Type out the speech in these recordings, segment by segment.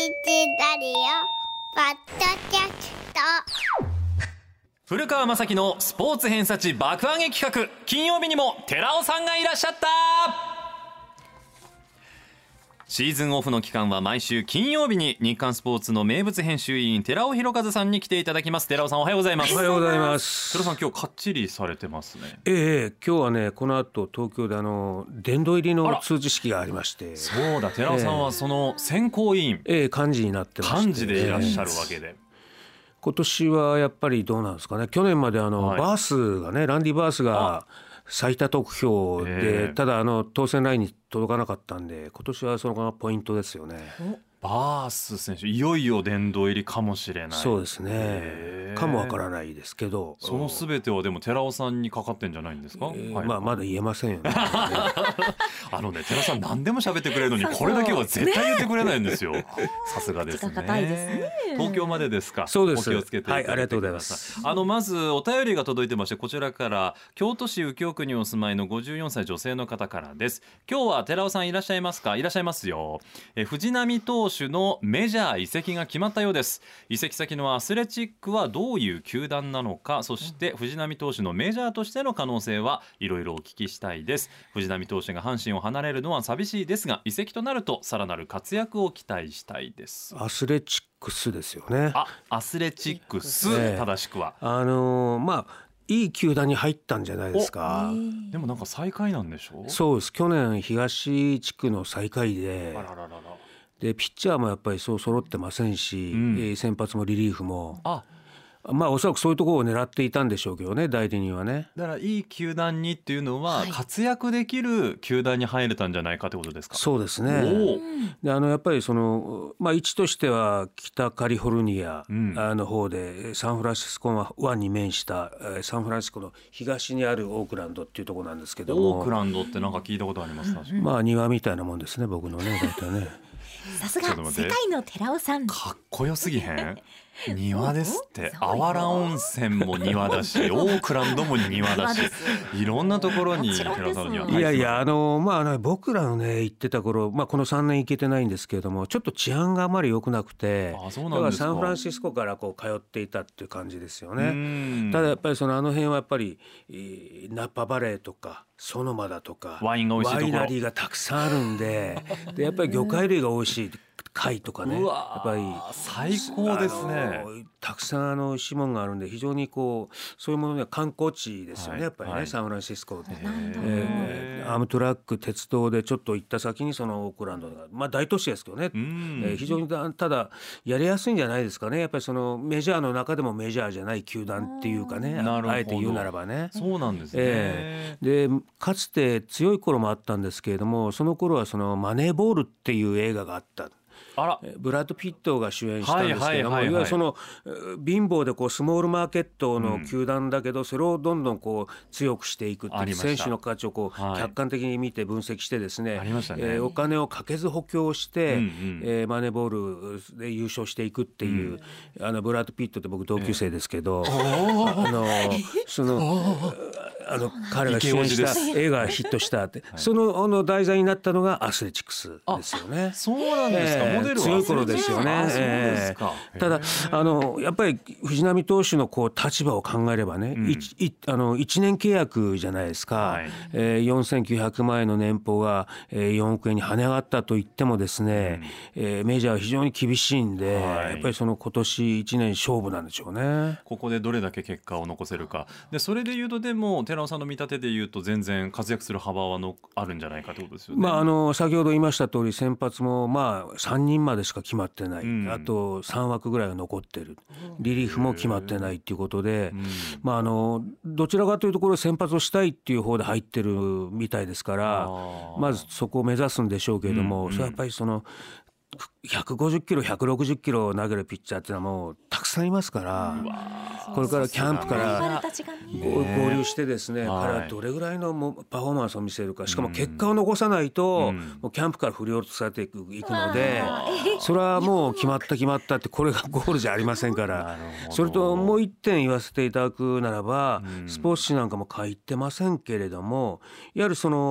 ラディオポッドキャスト。 古川雅樹のスポーツ偏差値爆上げ企画、金曜日にも寺尾さんがいらっしゃった。シーズンオフの期間は毎週金曜日に日刊スポーツの名物編集委員寺尾博一さんに来ていただきます。寺尾さん、おはようございます。 おはようございます。 寺尾さん、今日かっちりされてますね。 今日はね、この後東京で殿堂入りの通知式がありまして。 そうだ、寺尾さんはその選考委員、 幹事になってまして、 幹事でいらっしゃるわけで、 今年はやっぱりどうなんですかね。去年までバースがね、ランディ・バースが最多得票で、ただ当選ラインに届かなかったんで、今年はそのままポイントですよね。 バース選手、いよいよ殿堂入りかもしれない。 そうですね、かもわからないですけど、 その全てはでも寺尾さんにかかってんじゃないんですか。 まだ言えませんよね。 寺尾さん何でも喋ってくれるのに、これだけは絶対言ってくれないんですよ。さすがですね。東京までですか。 そうです。 お気をつけていただいて。 ありがとうございます。 まずお便りが届いてまして、こちらから京都市右京区にお住まいの54歳女性の方からです。今日は寺尾さんいらっしゃいますか。いらっしゃいますよ。藤浪投手のメジャー移籍が決まったようです。移籍先のアスレチックはどういう球団なのか、そして藤浪投手のメジャーとしての可能性はいろいろお聞きしたいです。藤浪投手が阪神を離れるのは寂しいですが、移籍となるとさらなる活躍を期待したいです。 アスレチックスですよね。 アスレチックス、正しくは。 いい球団に入ったんじゃないですか。 でもなんか最下位なんでしょう。 そうです。去年東地区の最下位で、でピッチャーもやっぱりそう揃ってませんし、先発もリリーフも、おそらくそういうところを狙っていたんでしょうけどね、代理人はね。 だからいい球団にっていうのは、活躍できる球団に入れたんじゃないかということですか。 そうですね。でやっぱり位置としては北カリフォルニアの方で、サンフランシスコ湾に面したサンフランシスコの東にあるオークランドっていうところなんですけども。 オークランドってなんか聞いたことあります。 庭みたいなもんですね、僕のね、大体ね。 さすが世界の寺尾さん、 かっこよすぎへん。庭ですって。あわら温泉も庭だし、オークランドも庭だし、いろんなところに寺尾さんには。 僕らのね行ってた頃、この3年行けてないんですけれども、ちょっと治安があまり良くなくて、だからサンフランシスコから通っていたっていう感じですよね。ただやっぱりあの辺はやっぱりナッパバレーとかソノマだとかワインが美味しいところ、 ワイナリーがたくさんあるんで、やっぱり魚介類が美味しい貝とかね、やっぱり最高ですね。 たくさん美味しいものがあるんで、非常にそういうものには観光地ですよね、やっぱりね、サンフランシスコで、アムトラック鉄道でちょっと行った先にそのオークランドが、大都市ですけどね、非常にただやりやすいんじゃないですかね。やっぱりメジャーの中でもメジャーじゃない球団っていうかね、あえて言うならばね。 そうなんですね。 でかつて強い頃もあったんですけれども、その頃はマネーボールっていう映画があった。ブラッド・ピットが主演したんですけども、いわゆる貧乏でスモールマーケットの球団だけど、それをどんどん強くしていくっていう、選手の価値を客観的に見て分析してですね、お金をかけず補強して、マネーボールで優勝していくっていう、ブラッド・ピットって僕同級生ですけど、彼が主演した映画がヒットしたって、その題材になったのがアスレチックスですよね。 そうなんですか。モデルは強い頃ですよね。ただやっぱり藤浪投手の立場を考えればね、1年契約じゃないですか。4900万円の年俸が4億円に跳ね上がったと言ってもですね、メジャーは非常に厳しいんで、やっぱり今年1年勝負なんでしょうね。 ここでどれだけ結果を残せるかで、それでいうと、でも寺尾さんの見立てでいうと全然活躍する幅はあるんじゃないかということですよね。 先ほど言いました通り、先発も3人までしか決まってない、あと3枠ぐらいは残ってる、リリーフも決まってないっていうことで、どちらかというところ先発をしたいっていう方で入ってるみたいですから、まずそこを目指すんでしょうけれども、それはやっぱり150キロ160キロを投げるピッチャーっていうのはもうたくさんいますから、これからキャンプから合流してですね、彼はどれぐらいのパフォーマンスを見せるか、しかも結果を残さないともうキャンプから振り落とされていくので、それはもう決まったってこれがゴールじゃありませんから。それともう一点言わせていただくならば、スポーツ紙なんかも書いてませんけれども、やはり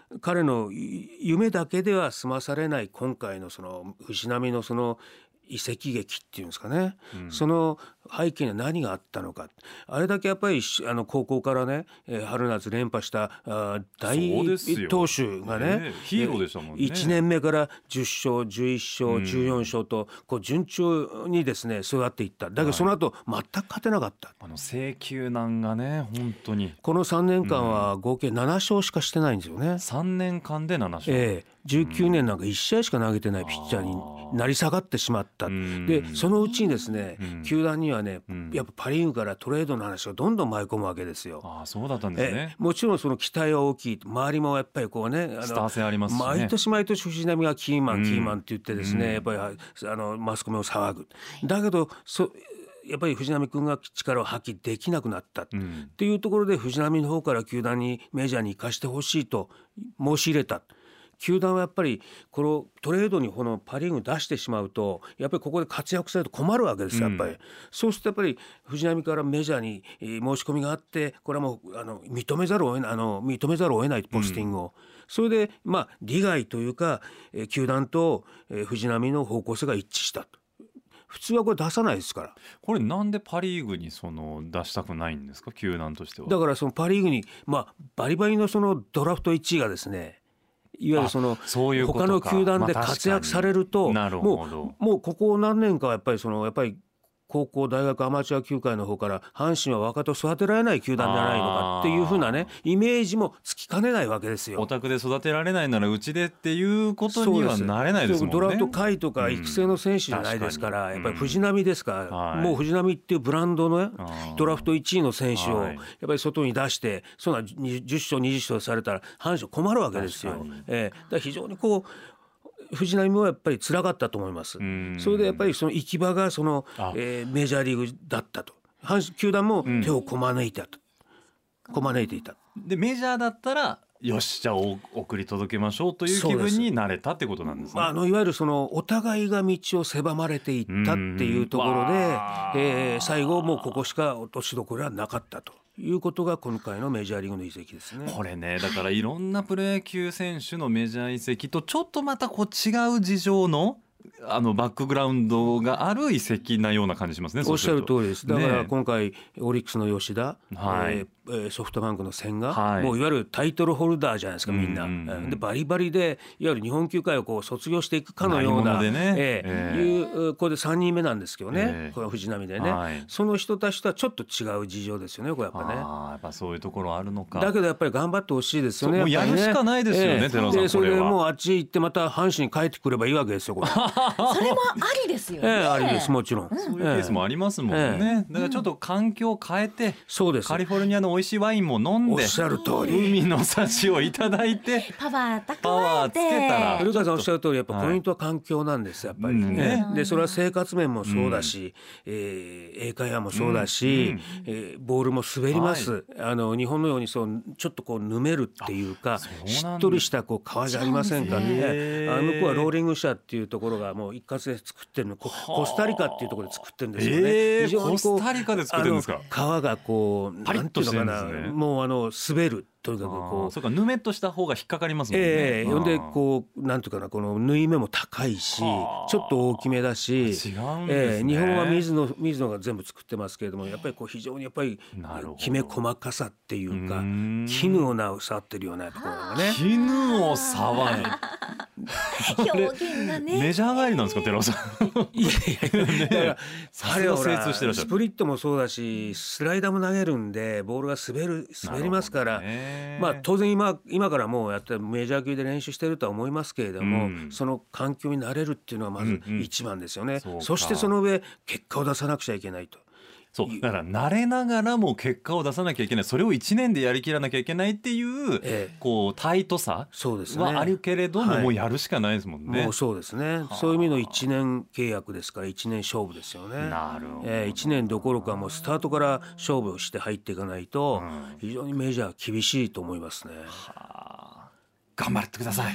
彼の夢だけでは済まされない今回のその藤浪のその移籍劇っていうんですかね、その背景には何があったのか。あれだけやっぱり高校からね、春夏連覇した大投手がね、 ヒーローでしたもんね。 1年目から10勝11勝14勝とこう順調にですね育っていった。だけどその後全く勝てなかった。 制球難がね本当にこの3年間は合計7勝しかしてないんですよね。 3年間で7勝、 19年なんか1試合しか投げてないピッチャーになり下がってしまった。でそのうちにですね、球団にはね、やっぱパ・リーグからトレードの話がどんどん舞い込むわけですよ。 そうだったんですね。 もちろんその期待は大きい。周りもやっぱりこうね、 スター性ありますしね。 毎年毎年藤浪がキーマンって言ってですね、やっぱりマスコミを騒ぐ。だけどやっぱり藤浪君が力を発揮できなくなったっていうところで、藤浪の方から球団にメジャーに行かしてほしいと申し入れた。球団はやっぱりこのトレードにこのパ・リーグ出してしまうと、やっぱりここで活躍されると困るわけですよ。やっぱりそうするとやっぱり藤浪からメジャーに申し込みがあって、これはもう認めざるを得ないポスティングを、それで利害というか球団と藤浪の方向性が一致したと。普通はこれ出さないですから。 これなんでパ・リーグに出したくないんですか、球団としては。 だからそのパ・リーグにバリバリのそのドラフト1位がですね、いわゆる他の球団で活躍されると、もうここ何年かはやっぱり高校大学アマチュア球界の方から阪神は若手を育てられない球団じゃないのかっていう風なねイメージもつきかねないわけですよ。 お宅で育てられないならうちでっていうことにはなれないですもんね。 ドラフト下位とか育成の選手じゃないですから、やっぱり藤浪ですから、もう藤浪っていうブランドのドラフト1位の選手をやっぱり外に出して、そんな10勝20勝されたら阪神困るわけですよ。だから非常に藤浪もやっぱり辛かったと思います。それでやっぱりその行き場がメジャーリーグだったと。阪神球団も手をこまねいていた。 でメジャーだったらよしじゃあ送り届けましょうという気分になれたってことなんですね。 いわゆるお互いが道を狭まれていったっていうところで、最後もうここしか落としどころはなかったということが今回のメジャーリーグの移籍ですね。 これね、だからいろんなプロ野球選手のメジャー移籍とちょっとまた違う事情のバックグラウンドがある移籍なような感じしますね。 おっしゃる通りです。だから今回オリックスの吉田、ソフトバンクの千賀、もういわゆるタイトルホルダーじゃないですかみんな。でバリバリでいわゆる日本球界を卒業していくかのようないうこれで3人目なんですけどね、これは藤浪でね、その人たちとはちょっと違う事情ですよね、これやっぱね。 やっぱそういうところあるのか。 だけどやっぱり頑張ってほしいですよね。 もうやるしかないですよね、寺尾さん。 でそれでもうあっち行ってまた阪神に帰ってくればいいわけですよ、これ。 それもありですよね。 ありです、もちろん。 そういうケースもありますもんね。だからちょっと環境を変えて、カリフォルニアの美味しいワインも飲んで、 おっしゃる通り、 海の幸をいただいてパワーつけたら、 古川さんおっしゃる通り、やっぱポイントは環境なんですやっぱりね。でそれは生活面もそうだし、英会話もそうだし、ボールも滑ります。日本のようにちょっとぬめるっていうか、しっとりした川じゃありませんからね。向こうはローリング車っていうところがもう一括で作ってるの、コスタリカっていうところで作ってるんですよね。非常にコスタリカで作ってるんですか。 皮がパリッとしてるんですね。 もう滑る。とにかくそうか、ぬめっとした方が引っかかりますもんね。 ほんでなんていうかな、この縫い目も高いし、ちょっと大きめだし、 違うんですね。 日本は水野が全部作ってますけれども、やっぱり非常にきめ細かさっていうか、絹を触ってるようなところがね。 絹を触る。 表現がね。 メジャー帰りなんですか、寺尾さん。 いやだから彼はスプリットもそうだし、スライダーも投げるんで、ボールが滑りますから。当然今からもうやってメジャー級で練習してるとは思いますけれども、その環境に慣れるっていうのはまず一番ですよね。そしてその上結果を出さなくちゃいけないと。 そうだから慣れながらも結果を出さなきゃいけない、それを1年でやりきらなきゃいけないっていう、タイトさはあるけれども、もうやるしかないですもんね。 もうそうですね。そういう意味の1年契約ですから、1年勝負ですよね。 なるほど。 1年どころかもうスタートから勝負をして入っていかないと、非常にメジャー厳しいと思いますね。 頑張ってください。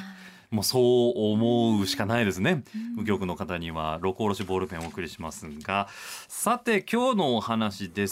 もうそう思うしかないですね。右京区の方には六甲おろしボールペンをお送りしますが、さて今日のお話です。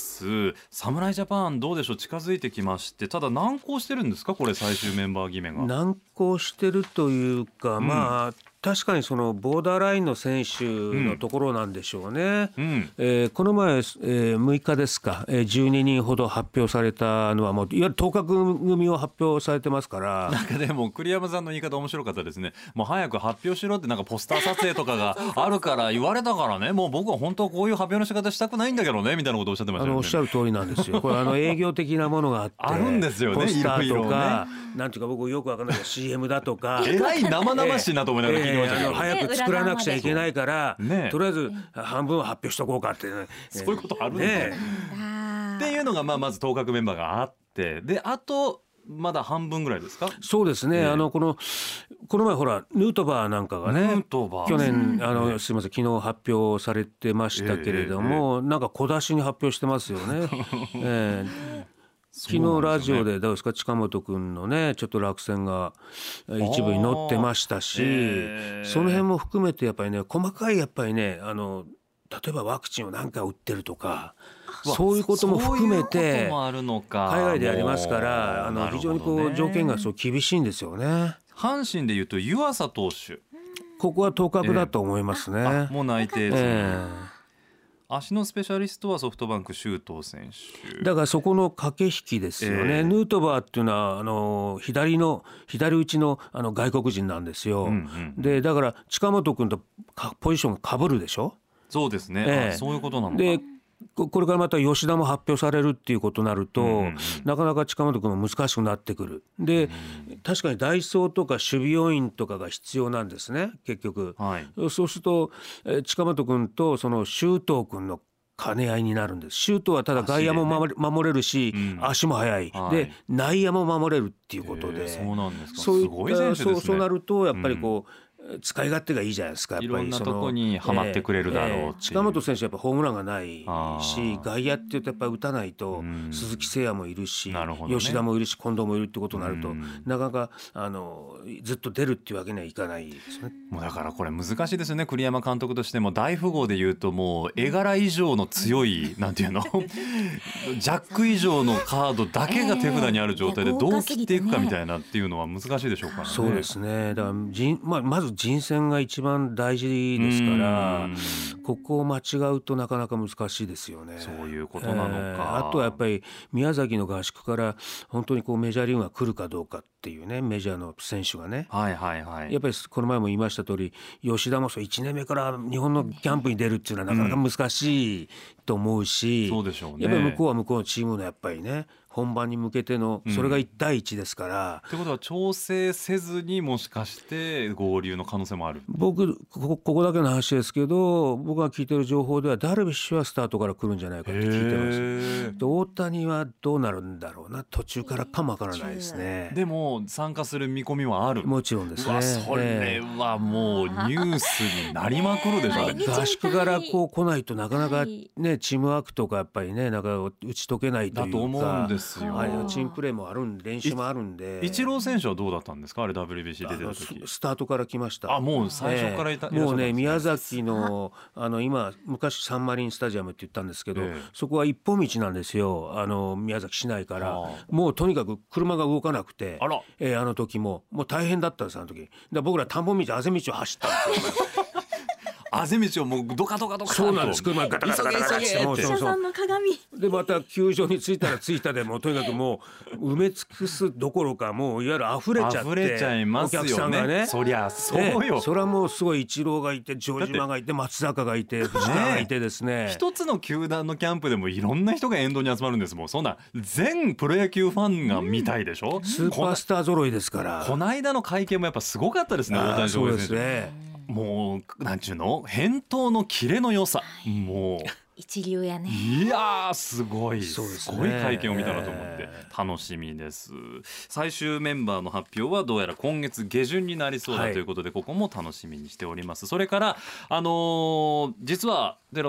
侍ジャパンどうでしょう、近づいてきまして、ただ難航してるんですか、これ最終メンバー決めが。 難航してるというか、まあ確かにそのボーダーラインの選手のところなんでしょうね。この前、6日ですか、12人ほど発表されたのはもういわゆる当確組を発表されてますから。 なんかでも栗山さんの言い方面白かったですね。もう早く発表しろって、なんかポスター撮影とかがあるから言われたからね、もう僕は本当はこういう発表の仕方したくないんだけどねみたいなことをおっしゃってましたよね。 おっしゃる通りなんですよ。これ営業的なものがあってあるんですよね、 ポスターとかいろいろね、 なんていうか僕よくわかんないけど CM だとかえらい生々しいなと思いながら聞いてましたけど、 早く作らなくちゃいけないから、 ね、 とりあえず半分は発表しとこうかって、 そういうことあるんですね。っていうのがまず当確メンバーがあって、であとまだ半分ぐらいですか。 そうですね、この前ほらヌートバーなんかがね、去年すいません昨日発表されてましたけれども、なんか小出しに発表してますよね。昨日ラジオでどうですか、近本君のねちょっと落選が一部に載ってましたし、その辺も含めてやっぱりね、細かいやっぱりね、例えばワクチンを何回打ってるとか、そういうことも含めて海外でやりますから、非常にこう条件がそう厳しいんですよね。 阪神でいうと湯浅投手、 ここは当確だと思いますね。 もう内定ですね。足のスペシャリストはソフトバンク周東選手だからそこの駆け引きですよね。ヌートバーっていうのは左打ちの外国人なんですよ。でだから近本君とポジションが被るでしょ。 そうですね、そういうことなのか。でこれからまた吉田も発表されるっていうことになると、なかなか近本君も難しくなってくる。で、確かに代走とか守備要員とかが必要なんですね結局、そうすると近本君とその周東君の兼ね合いになるんです。周東はただ外野も守れるし、足も速い、で内野も守れるっていうことで、 そうなんですか。 そういったすごい選手ですね。 そうなるとやっぱりこう、使い勝手がいいじゃないですか。やっぱりいろんなとこにはまってくれるだろうっていう、 近本選手はやっぱホームランがないし、外野っていうとやっぱり打たないと、鈴木誠也もいるし、吉田もいるし近藤もいるってことになると、なかなかずっと出るっていうわけにはいかないですね。 もうだからこれ難しいですよね。栗山監督としても大富豪でいうともう絵柄以上の強いなんていうのジャック以上のカードだけが手札にある状態でどう切っていくかみたいなっていうのは難しいでしょうからね。 そうですね。だからまず人選が一番大事ですから、ここを間違うとなかなか難しいですよね。 そういうことなのか。 あとはやっぱり宮崎の合宿から本当にこうメジャーリーグが来るかどうかっていうね、メジャーの選手がね、やっぱりこの前も言いました通り、吉田もそう1年目から日本のキャンプに出るっていうのはなかなか難しいと思うし、 そうでしょうね。 やっぱり向こうは向こうのチームのやっぱりね本番に向けてのそれが1対1ですから、 ってことは調整せずにもしかして合流の可能性もある。 僕ここだけの話ですけど、僕が聞いてる情報ではダルビッシュはスタートから来るんじゃないかって聞いてます。で大谷はどうなるんだろうな、途中からかもわからないですね。 でも参加する見込みはある。 もちろんですね。 それはもうニュースになりまくるでしょうね。 合宿からこう来ないとなかなかね、チームワークとかやっぱりね、なんか打ち解けないというか、 だと思うんですよ。 チームプレーもあるんで、練習もあるんで。 イチロー選手はどうだったんですか、あれ WBC 出てた時。 スタートから来ました。 もう最初からもうね、宮崎の今昔サンマリンスタジアムって言ったんですけど、そこは一本道なんですよ、宮崎市内から。もうとにかく車が動かなくて、時もう大変だったんです。で僕ら田んぼ道、あぜ道を走ったんですよ。 あぜ道をもうドカドカドカと。 そうなんです。車がガタガタガタガタって、 お医者さんの鏡でまた球場に着いたら着いたで、もうとにかくもう埋め尽くすどころか、もういわゆる溢れちゃって、 溢れちゃいますよね、お客さんがね。そりゃそうよ。 それはもうすごい、イチローがいて、城島がいて、松坂がいて、藤川がいてですね。 一つの球団のキャンプでもいろんな人が沿道に集まるんですもん。そんな全プロ野球ファンが見たいでしょ。 スーパースター揃いですから。 この間の会見もやっぱすごかったですね、大谷翔平選手。 そうですね。 もうなんちゅうの、返答のキレの良さ、もう一流やね。 いやーすごい、 すごい会見を見たなと思って楽しみです。最終メンバーの発表はどうやら今月下旬になりそうだということで、ここも楽しみにしております。それから実は寺尾さん、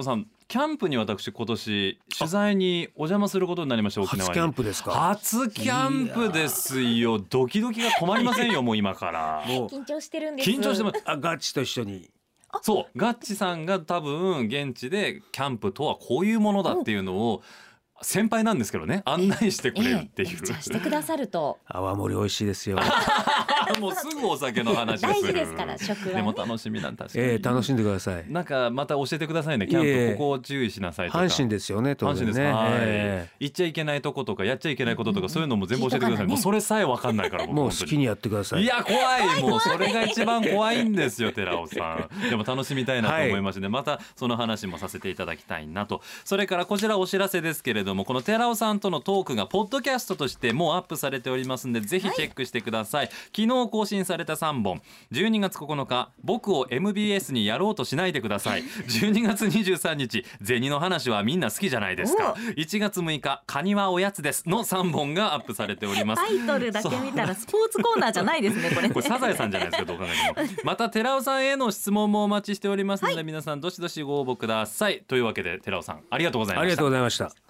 キャンプに私今年取材にお邪魔することになりました。沖縄に初キャンプですか？ 初キャンプですよ。ドキドキが止まりませんよもう今からもう緊張してるんです緊張してます。 ガッチと一緒に。 そうガッチさんが多分現地でキャンプとはこういうものだっていうのを先輩なんですけどね案内してくれるっていう、 じゃあしてくださると泡盛美味しいですよ。 もうすぐお酒の話をする大事ですから食はね。 でも楽しみなん確かに、 楽しんでください。 なんかまた教えてくださいね。キャンプいえここを注意しなさいとか。 阪神ですよね当然ね。 阪神ですか、はい言っちゃいけないとことかやっちゃいけないこととか、そういうのも全部教えてください、もうそれさえ分かんないから僕もう本当に好きにやってください。 いや怖いもうそれが一番怖いんですよ寺尾さん。でも楽しみたいなと思いましてね、またその話もさせていただきたいなと。それからこちらお知らせですけれども、この寺尾さんとのトークがポッドキャストとしてもうアップされておりますんで、ぜひチェックしてください、昨日更新された3本。12月9日僕を MBS にやろうとしないでください。12月23日銭の話はみんな好きじゃないですか。1月6日カニはおやつですの3本がアップされております。 タイトルだけ見たらスポーツコーナーじゃないですねこれね。 これサザエさんじゃないですかどう考えても。また寺尾さんへの質問もお待ちしておりますので、皆さんどしどしご応募ください。というわけで寺尾さんありがとうございました。 ありがとうございました。